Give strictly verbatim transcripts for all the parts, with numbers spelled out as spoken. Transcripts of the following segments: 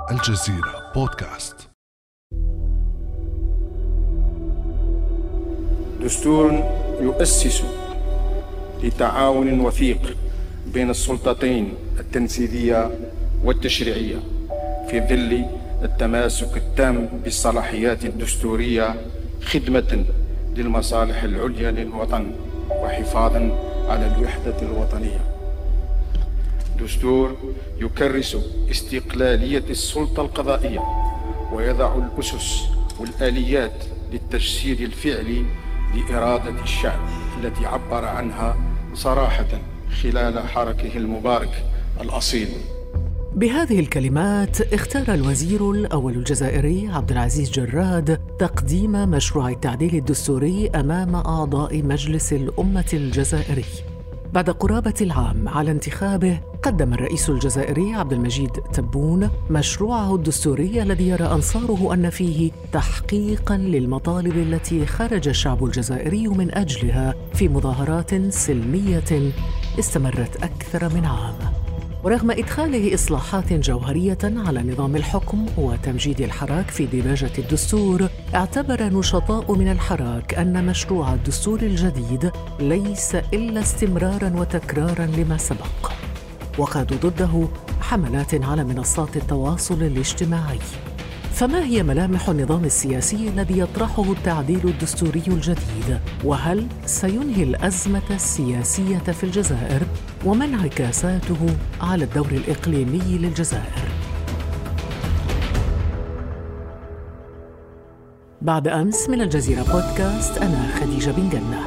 الجزيرة بودكاست. دستور يؤسس لتعاون وثيق بين السلطتين التنفيذية والتشريعية في ظل التماسك التام بالصلاحيات الدستورية خدمة للمصالح العليا للوطن وحفاظا على الوحدة الوطنية. دستور يكرس استقلالية السلطة القضائية ويضع الأسس والآليات للتجسيد الفعلي لإرادة الشعب التي عبر عنها صراحة خلال حركه المبارك الأصيل. بهذه الكلمات اختار الوزير الأول الجزائري عبد العزيز جراد تقديم مشروع التعديل الدستوري أمام أعضاء مجلس الأمة الجزائري. بعد قرابة العام على انتخابه، قدم الرئيس الجزائري عبد المجيد تبون مشروعه الدستوري الذي يرى أنصاره أن فيه تحقيقاً للمطالب التي خرج الشعب الجزائري من أجلها في مظاهرات سلمية استمرت أكثر من عام. ورغم إدخاله إصلاحات جوهرية على نظام الحكم وتمجيد الحراك في ديباجة الدستور، اعتبر نشطاء من الحراك أن مشروع الدستور الجديد ليس إلا استمراراً وتكراراً لما سبق، وقادوا ضده حملات على منصات التواصل الاجتماعي. فما هي ملامح النظام السياسي الذي يطرحه التعديل الدستوري الجديد؟ وهل سينهي الأزمة السياسية في الجزائر؟ وما انعكاساته على الدور الإقليمي للجزائر؟ بعد أمس من الجزيرة بودكاست، أنا خديجة بن جنة.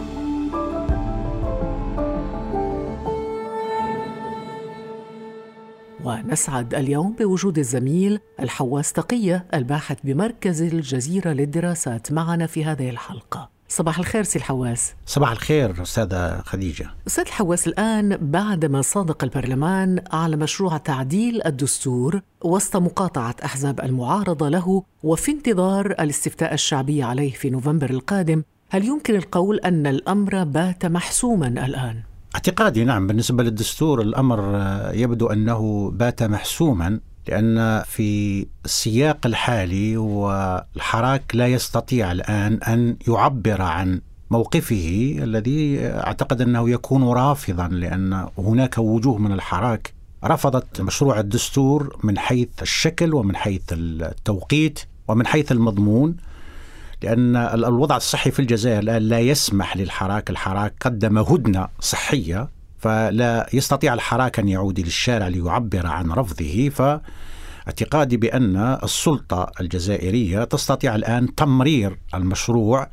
ونسعد اليوم بوجود الزميل الحواس تقية الباحث بمركز الجزيرة للدراسات معنا في هذه الحلقة. صباح الخير سي الحواس. صباح الخير أستاذة خديجة. أستاذ الحواس، الآن بعدما صادق البرلمان على مشروع تعديل الدستور وسط مقاطعة أحزاب المعارضة له وفي انتظار الاستفتاء الشعبي عليه في نوفمبر القادم، هل يمكن القول أن الأمر بات محسوما الآن؟ اعتقادي نعم، بالنسبة للدستور الأمر يبدو أنه بات محسوما، لأن في السياق الحالي والحراك لا يستطيع الآن أن يعبر عن موقفه الذي أعتقد أنه يكون رافضا، لأن هناك وجوه من الحراك رفضت مشروع الدستور من حيث الشكل ومن حيث التوقيت ومن حيث المضمون، لأن الوضع الصحي في الجزائر الآن لا يسمح للحراك. الحراك قدم هدنة صحية، فلا يستطيع الحراك أن يعود للشارع ليعبر عن رفضه. فاعتقادي بأن السلطة الجزائرية تستطيع الآن تمرير المشروع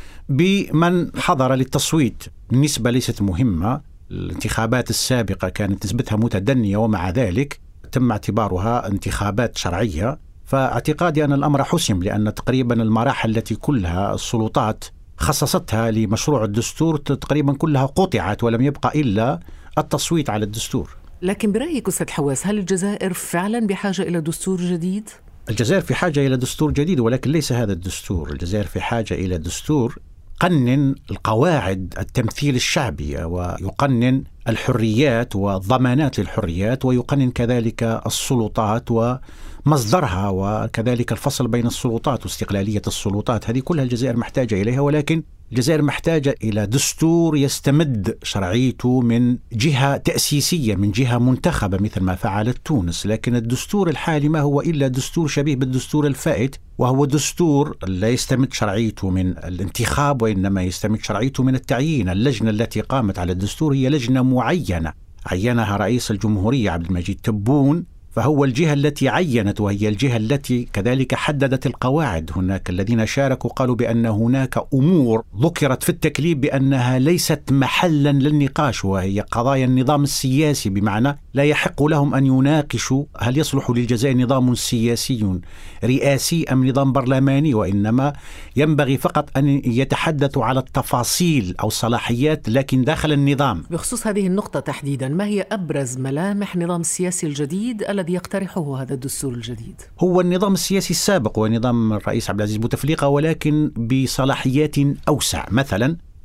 بمن حضر للتصويت. النسبة ليست مهمة، الانتخابات السابقة كانت نسبتها متدنية ومع ذلك تم اعتبارها انتخابات شرعية. فاعتقادي أن الأمر حسم، لأن تقريبا المراحل التي كلها السلطات خصصتها لمشروع الدستور تقريبا كلها قطعت ولم يبقى إلا التصويت على الدستور. لكن برأيك أستاذ حواس، هل الجزائر فعلا بحاجة إلى دستور جديد؟ الجزائر في حاجة إلى دستور جديد، ولكن ليس هذا الدستور. الجزائر في حاجة إلى دستور يقنن القواعد التمثيل الشعبي ويقنن الحريات وضمانات للحريات، ويقنن كذلك السلطات ومصدرها، وكذلك الفصل بين السلطات واستقلالية السلطات. هذه كلها الجزائر محتاجة إليها، ولكن الجزائر محتاجة إلى دستور يستمد شرعيته من جهة تأسيسية، من جهة منتخبة مثل ما فعلت تونس. لكن الدستور الحالي ما هو إلا دستور شبيه بالدستور الفائت، وهو دستور لا يستمد شرعيته من الانتخاب وإنما يستمد شرعيته من التعيين. اللجنة التي قامت على الدستور هي لجنة معينة عينها رئيس الجمهورية عبد المجيد تبون، فهو الجهة التي عينت وهي الجهة التي كذلك حددت القواعد. هناك الذين شاركوا قالوا بأن هناك أمور ذكرت في التكليف بأنها ليست محلا للنقاش، وهي قضايا النظام السياسي، بمعنى لا يحق لهم أن يناقشوا هل يصلح للجزائر نظام سياسي رئاسي أم نظام برلماني، وإنما ينبغي فقط أن يتحدثوا على التفاصيل أو الصلاحيات لكن داخل النظام. بخصوص هذه النقطة تحديدا، ما هي أبرز ملامح نظام السياسي الجديد الذي يقترحه هذا الدستور الجديد؟ هو النظام السياسي السابق ونظام الرئيس عبد العزيز بوتفليقة، ولكن بصلاحيات أوسع. مثلا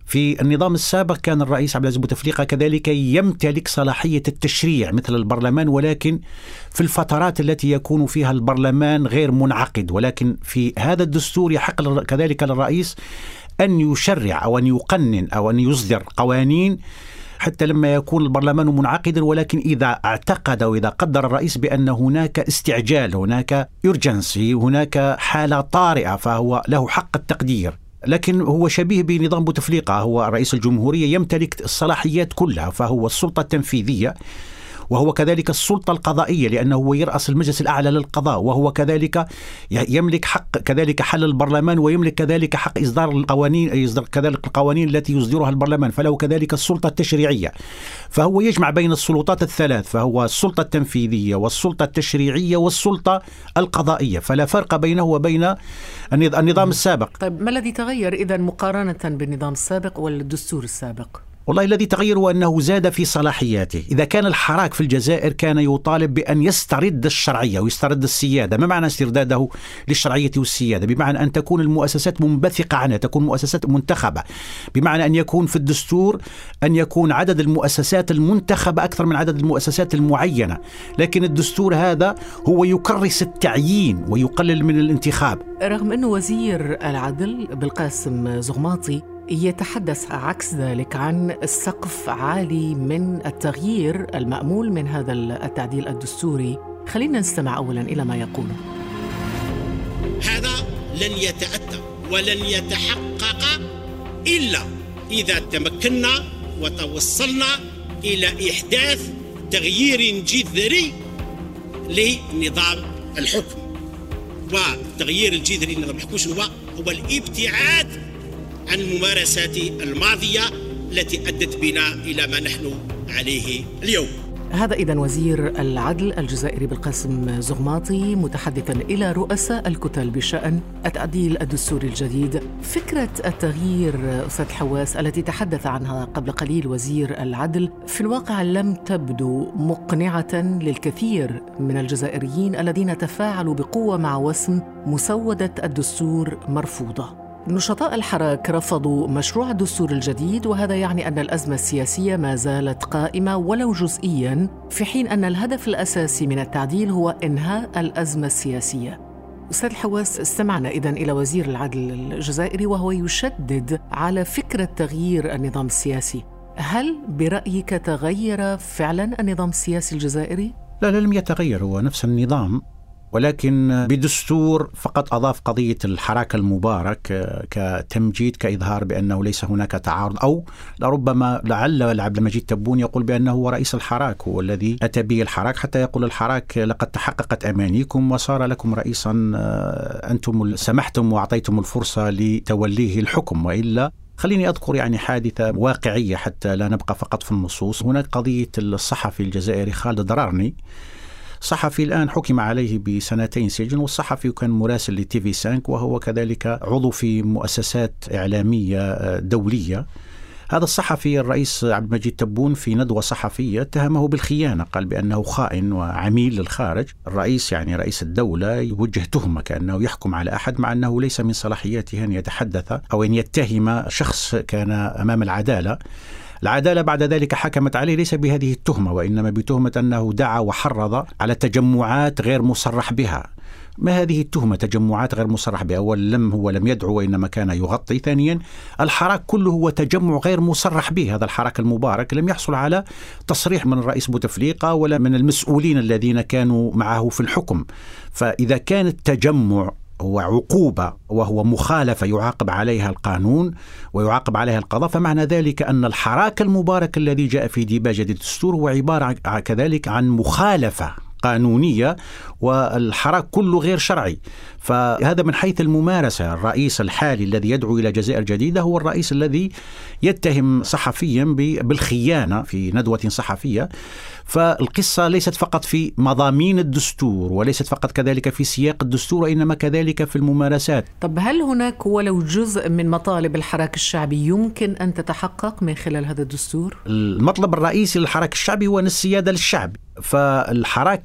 في النظام السابق كان الرئيس عبد العزيز بوتفليقة كذلك يمتلك صلاحية التشريع مثل البرلمان، ولكن في الفترات التي يكون فيها البرلمان غير منعقد. ولكن في هذا الدستور يحق كذلك للرئيس أن يشرع أو أن يقنن أو أن يصدر قوانين حتى لما يكون البرلمان منعقدا، ولكن إذا اعتقد وإذا قدر الرئيس بأن هناك استعجال، هناك urgency، هناك حالة طارئة، فهو له حق التقدير. لكن هو شبيه بنظام بوتفليقة، هو رئيس الجمهورية يمتلك الصلاحيات كلها، فهو السلطة التنفيذية وهو كذلك السلطة القضائية لأنه هو يرأس المجلس الأعلى للقضاء، وهو كذلك يملك حق كذلك حل البرلمان، ويملك كذلك حق إصدار القوانين، يصدر كذلك القوانين التي يصدرها البرلمان، فله كذلك السلطة التشريعية. فهو يجمع بين السلطات الثلاث، فهو السلطة التنفيذية والسلطة التشريعية والسلطة القضائية، فلا فرق بينه وبين النظام السابق. طيب ما الذي تغير إذن مقارنة بالنظام السابق والدستور السابق؟ والله الذي تغير هو أنه زاد في صلاحياته. إذا كان الحراك في الجزائر كان يطالب بأن يسترد الشرعية ويسترد السيادة. ما معنى استرداده للشرعية والسيادة؟ بمعنى أن تكون المؤسسات منبثقة عنها، تكون مؤسسات منتخبة، بمعنى أن يكون في الدستور أن يكون عدد المؤسسات المنتخبة أكثر من عدد المؤسسات المعينة. لكن الدستور هذا هو يكرس التعيين ويقلل من الانتخاب. رغم أنه وزير العدل بالقاسم زغماطي يتحدث عكس ذلك عن السقف عالي من التغيير المأمول من هذا التعديل الدستوري. خلينا نستمع أولا إلى ما يقوله. هذا لن يتأتى ولن يتحقق إلا إذا تمكنا وتوصلنا إلى إحداث تغيير جذري لنظام الحكم. والتغيير الجذري لنظام الحكم هو هو الابتعاد عن الممارسات الماضية التي أدت بنا إلى ما نحن عليه اليوم. هذا إذن وزير العدل الجزائري بالقاسم زغماطي متحدثا إلى رؤساء الكتل بشأن التعديل الدستوري الجديد. فكرة التغيير أستاذ حواس التي تحدث عنها قبل قليل وزير العدل في الواقع لم تبدو مقنعة للكثير من الجزائريين الذين تفاعلوا بقوة مع وسم مسودة الدستور مرفوضة. نشطاء الحراك رفضوا مشروع الدستور الجديد، وهذا يعني أن الأزمة السياسية ما زالت قائمة ولو جزئياً، في حين أن الهدف الأساسي من التعديل هو إنهاء الأزمة السياسية. أستاذ الحواس، استمعنا إذن إلى وزير العدل الجزائري وهو يشدد على فكرة تغيير النظام السياسي. هل برأيك تغير فعلاً النظام السياسي الجزائري؟ لا, لا لم يتغير، هو نفس النظام، ولكن بدستور فقط أضاف قضية الحراك المبارك كتمجيد، كإظهار بأنه ليس هناك تعارض، أو لربما لعل عبد المجيد تبون يقول بأنه هو رئيس الحراك، هو الذي أتى به الحراك حتى يقول الحراك لقد تحققت أمانيكم وصار لكم رئيسا أنتم سمحتم وأعطيتم الفرصة لتوليه الحكم. وإلا خليني أذكر يعني حادثة واقعية حتى لا نبقى فقط في النصوص. هناك قضية الصحفي الجزائري خالد درارني، صحفي الآن حكم عليه بسنتين سجن، والصحفي كان مراسل لتي في خمسة وهو كذلك عضو في مؤسسات إعلامية دولية. هذا الصحفي الرئيس عبد المجيد تبون في ندوة صحفية اتهمه بالخيانة، قال بأنه خائن وعميل للخارج. الرئيس يعني رئيس الدولة يوجه تهمة كأنه يحكم على أحد مع أنه ليس من صلاحياته أن يتحدث أو أن يتهم شخص كان أمام العدالة. العدالة بعد ذلك حكمت عليه ليس بهذه التهمة، وإنما بتهمة أنه دعا وحرض على تجمعات غير مصرح بها. ما هذه التهمة تجمعات غير مصرح بها؟ أولا لم هو لم يدعو وإنما كان يغطي. ثانيا الحراك كله هو تجمع غير مصرح به. هذا الحراك المبارك لم يحصل على تصريح من الرئيس بوتفليقة ولا من المسؤولين الذين كانوا معه في الحكم. فإذا كان التجمع هو عقوبة وهو مخالفة يعاقب عليها القانون ويعاقب عليها القضاء، فمعنى ذلك أن الحراك المبارك الذي جاء في ديباجة الدستور هو عبارة كذلك عن مخالفة قانونية، والحراك كله غير شرعي. فهذا من حيث الممارسة. الرئيس الحالي الذي يدعو إلى جزائر جديدة هو الرئيس الذي يتهم صحفيا بالخيانة في ندوة صحفية. فالقصة ليست فقط في مضامين الدستور وليست فقط كذلك في سياق الدستور، وإنما كذلك في الممارسات. طب هل هناك ولو جزء من مطالب الحراك الشعبي يمكن أن تتحقق من خلال هذا الدستور؟ المطلب الرئيسي للحراك الشعبي هو السيادة للشعب. فالحراك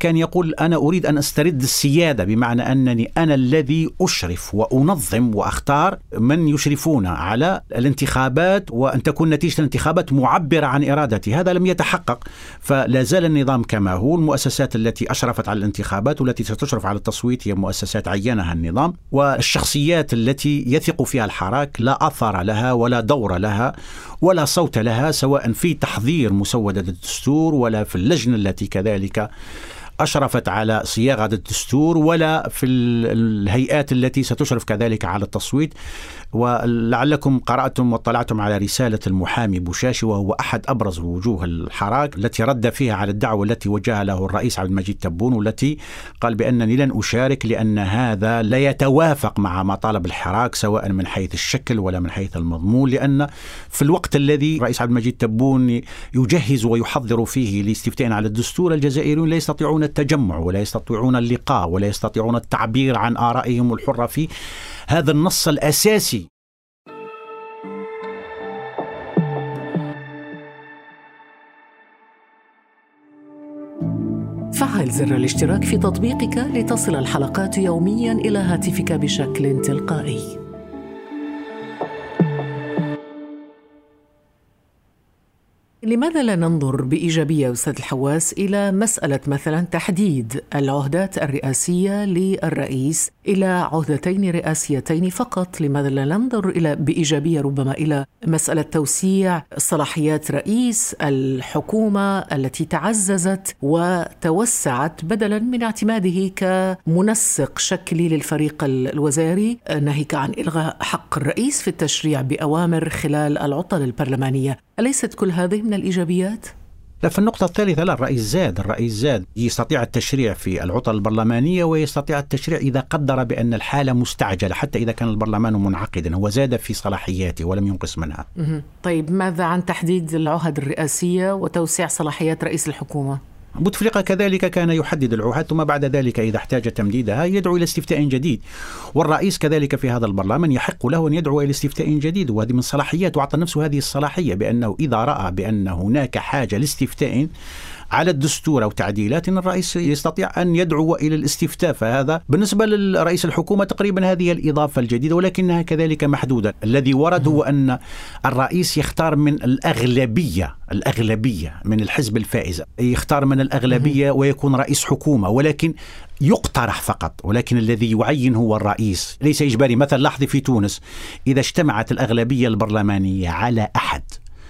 كان يقول أنا أريد أن أسترد السيادة، بمعنى أنني أنا الذي أشرف وأنظم وأختار من يشرفون على الانتخابات، وأن تكون نتيجة الانتخابات معبرة عن إرادتي. هذا لم يتحقق، فلا زال النظام كما هو. المؤسسات التي أشرفت على الانتخابات والتي ستشرف على التصويت هي مؤسسات عينها النظام، والشخصيات التي يثق فيها الحراك لا أثر لها ولا دور لها ولا صوت لها، سواء في تحضير مسودة الدستور ولا في اللجنة التي كذلك أشرفت على صياغة الدستور ولا في الهيئات التي ستشرف كذلك على التصويت. ولعلكم قرأتم واطلعتم على رسالة المحامي بوشاشي، وهو أحد أبرز وجوه الحراك، التي رد فيها على الدعوة التي وجهها له الرئيس عبد المجيد تبون، والتي قال بأنني لن أشارك لأن هذا لا يتوافق مع ما طالب الحراك سواء من حيث الشكل ولا من حيث المضمون، لأن في الوقت الذي الرئيس عبد المجيد تبون يجهز ويحضر فيه لاستفتاء على الدستور، الجزائريون لا يستطيعون التجمع ولا يستطيعون اللقاء ولا يستطيعون التعبير عن آرائهم الحرة في هذا النص الأساسي. فعل زر الاشتراك في تطبيقك لتصل الحلقات يومياً إلى هاتفك بشكل تلقائي. لماذا لا ننظر بإيجابية أستاذ الحواس إلى مسألة مثلا تحديد العهدات الرئاسية للرئيس إلى عهدتين رئاسيتين فقط؟ لماذا لا ننظر إلى بإيجابية ربما إلى مسألة توسيع صلاحيات رئيس الحكومة التي تعززت وتوسعت بدلا من اعتماده كمنسق شكلي للفريق الوزاري، ناهيك عن إلغاء حق الرئيس في التشريع بأوامر خلال العطل البرلمانية؟ أليست كل هذه من الإيجابيات؟ لا، في النقطة الثالثة لا، الرئيس زاد الرئيس زاد يستطيع التشريع في العطل البرلمانية، ويستطيع التشريع إذا قدر بأن الحالة مستعجلة حتى إذا كان البرلمان منعقدا. هو زاد في صلاحياته ولم ينقص منها. طيب ماذا عن تحديد العهد الرئاسية وتوسيع صلاحيات رئيس الحكومة؟ بوتفليقة كذلك كان يحدد العهد، ثم بعد ذلك إذا احتاج تمديدها يدعو إلى استفتاء جديد، والرئيس كذلك في هذا البرلمان يحق له أن يدعو إلى استفتاء جديد، وهذه من صلاحيات، وأعطى نفسه هذه الصلاحية بأنه إذا رأى بأن هناك حاجة لاستفتاء على الدستور أو تعديلات الرئيس يستطيع أن يدعو إلى الاستفتاء. فهذا بالنسبة للرئيس الحكومة تقريبا هذه الإضافة الجديدة، ولكنها كذلك محدودة. الذي ورد هو أن الرئيس يختار من الأغلبية الأغلبية من الحزب الفائز، يختار من الأغلبية ويكون رئيس حكومة، ولكن يقترح فقط، ولكن الذي يعين هو الرئيس، ليس إجباري. مثلا لاحظي في تونس إذا اجتمعت الأغلبية البرلمانية على أحد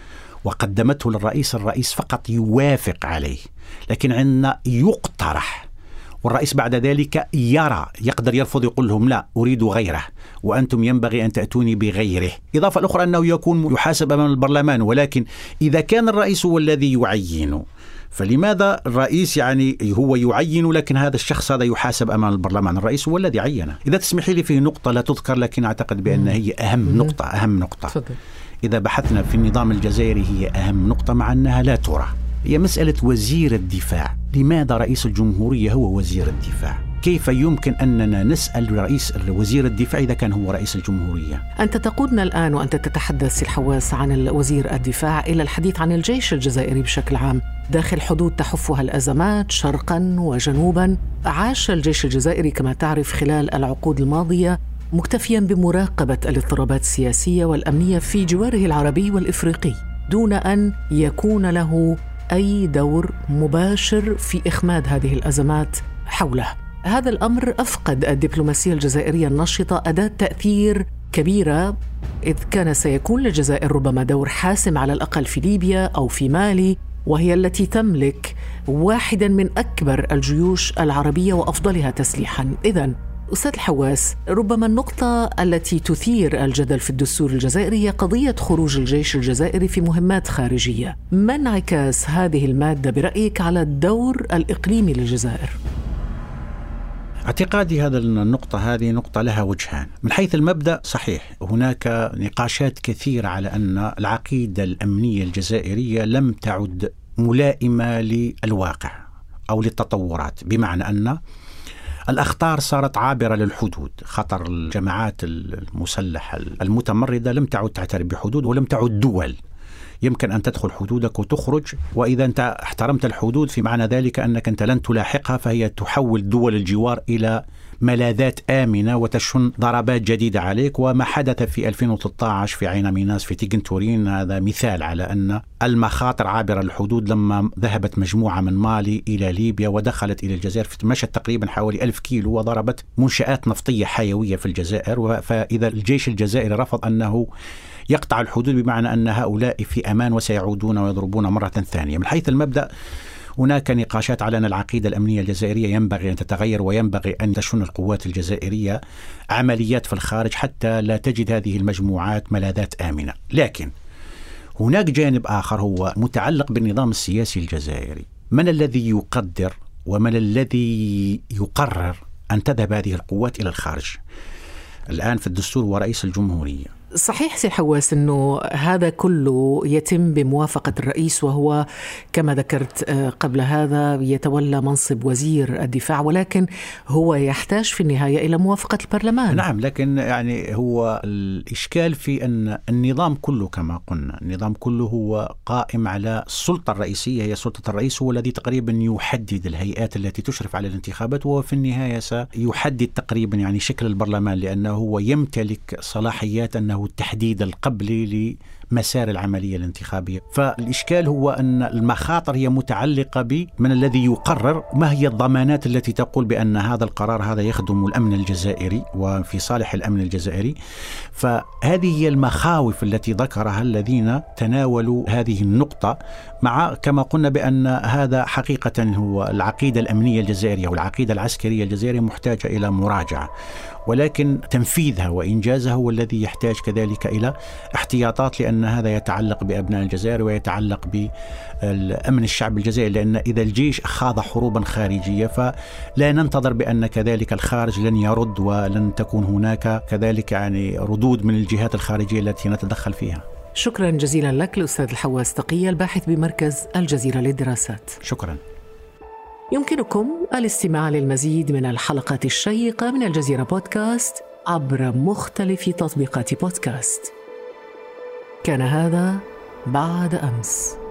وقدمته للرئيس، الرئيس فقط يوافق عليه، لكن عندنا يقترح، والرئيس بعد ذلك يرى، يقدر يرفض، يقول لهم لا أريد غيره وأنتم ينبغي أن تأتوني بغيره. إضافة الأخرى أنه يكون يحاسب أمام البرلمان، ولكن إذا كان الرئيس هو الذي يعينه فلماذا الرئيس يعني هو يعين لكن هذا الشخص هذا يحاسب أمام البرلمان؟ الرئيس هو الذي عينه. إذا تسمحي لي فيه نقطة لا تذكر لكن أعتقد بأن هي أهم نقطة أهم نقطة فضل. إذا بحثنا في النظام الجزائري هي أهم نقطة مع أنها لا ترى، هي مسألة وزير الدفاع. لماذا رئيس الجمهورية هو وزير الدفاع؟ كيف يمكن أننا نسأل رئيس وزير الدفاع إذا كان هو رئيس الجمهورية؟ أنت تقودنا الآن وأنت تتحدث الحواس عن وزير الدفاع إلى الحديث عن الجيش الجزائري بشكل عام داخل حدود تحفها الأزمات شرقا وجنوبا. عاش الجيش الجزائري كما تعرف خلال العقود الماضية مكتفيا بمراقبة الاضطرابات السياسية والأمنية في جواره العربي والإفريقي دون أن يكون له أي دور مباشر في إخماد هذه الأزمات حوله. هذا الأمر أفقد الدبلوماسية الجزائرية النشطة أداة تأثير كبيرة، إذ كان سيكون للجزائر ربما دور حاسم على الأقل في ليبيا أو في مالي، وهي التي تملك واحدا من أكبر الجيوش العربية وأفضلها تسليحا. إذن أستاذ الحواس، ربما النقطة التي تثير الجدل في الدستور الجزائري هي قضية خروج الجيش الجزائري في مهمات خارجية. ما انعكاس هذه المادة برأيك على الدور الإقليمي للجزائر؟ اعتقادي هذا النقطة هذه نقطة لها وجهان. من حيث المبدأ صحيح هناك نقاشات كثيرة على أن العقيدة الأمنية الجزائرية لم تعد ملائمة للواقع أو للتطورات، بمعنى أن الأخطار صارت عابرة للحدود. خطر الجماعات المسلحة المتمردة لم تعد تعترف بحدود ولم تعد دول. يمكن أن تدخل حدودك وتخرج، وإذا أنت احترمت الحدود في معنى ذلك أنك أنت لن تلاحقها، فهي تحول دول الجوار إلى ملاذات آمنة وتشن ضربات جديدة عليك. وما حدث في ألفين وثلاثة عشر في عين ميناس في تيغنتورين هذا مثال على أن المخاطر عابرة الحدود. لما ذهبت مجموعة من مالي إلى ليبيا ودخلت إلى الجزائر، مشت تقريبا حوالي ألف كيلو وضربت منشآت نفطية حيوية في الجزائر. فإذا الجيش الجزائري رفض أنه يقطع الحدود بمعنى أن هؤلاء في أمان وسيعودون ويضربون مرة ثانية. من حيث المبدأ هناك نقاشات على أن العقيدة الأمنية الجزائرية ينبغي أن تتغير، وينبغي أن تشن القوات الجزائرية عمليات في الخارج حتى لا تجد هذه المجموعات ملاذات آمنة. لكن هناك جانب آخر هو متعلق بالنظام السياسي الجزائري. من الذي يقدر ومن الذي يقرر أن تذهب هذه القوات إلى الخارج؟ الآن في الدستور هو رئيس الجمهورية. صحيح سي حواس أنه هذا كله يتم بموافقة الرئيس، وهو كما ذكرت قبل هذا يتولى منصب وزير الدفاع، ولكن هو يحتاج في النهاية إلى موافقة البرلمان. نعم، لكن يعني هو الإشكال في أن النظام كله كما قلنا، النظام كله هو قائم على السلطة الرئيسية، هي سلطة الرئيس، هو الذي تقريبا يحدد الهيئات التي تشرف على الانتخابات، وهو في النهاية سيحدد تقريبا يعني شكل البرلمان، لأنه هو يمتلك صلاحيات أنه التحديد القبلي لمسار العملية الانتخابية. فالإشكال هو أن المخاطر هي متعلقة بمن الذي يقرر، ما هي الضمانات التي تقول بأن هذا القرار هذا يخدم الأمن الجزائري وفي صالح الأمن الجزائري. فهذه هي المخاوف التي ذكرها الذين تناولوا هذه النقطة، مع كما قلنا بأن هذا حقيقة هو العقيدة الأمنية الجزائرية والعقيدة العسكرية الجزائرية محتاجة إلى مراجعة، ولكن تنفيذها وإنجازها هو الذي يحتاج كذلك إلى احتياطات، لأن هذا يتعلق بأبناء الجزائر ويتعلق بالأمن الشعب الجزائري. لأن إذا الجيش خاض حروبا خارجية فلا ننتظر بأن كذلك الخارج لن يرد، ولن تكون هناك كذلك يعني ردود من الجهات الخارجية التي نتدخل فيها. شكرا جزيلا لك الأستاذ الحواس تقي، الباحث بمركز الجزيرة للدراسات. شكرا. يمكنكم الاستماع للمزيد من الحلقات الشيقة من الجزيرة بودكاست عبر مختلف تطبيقات بودكاست. كان هذا بعد أمس.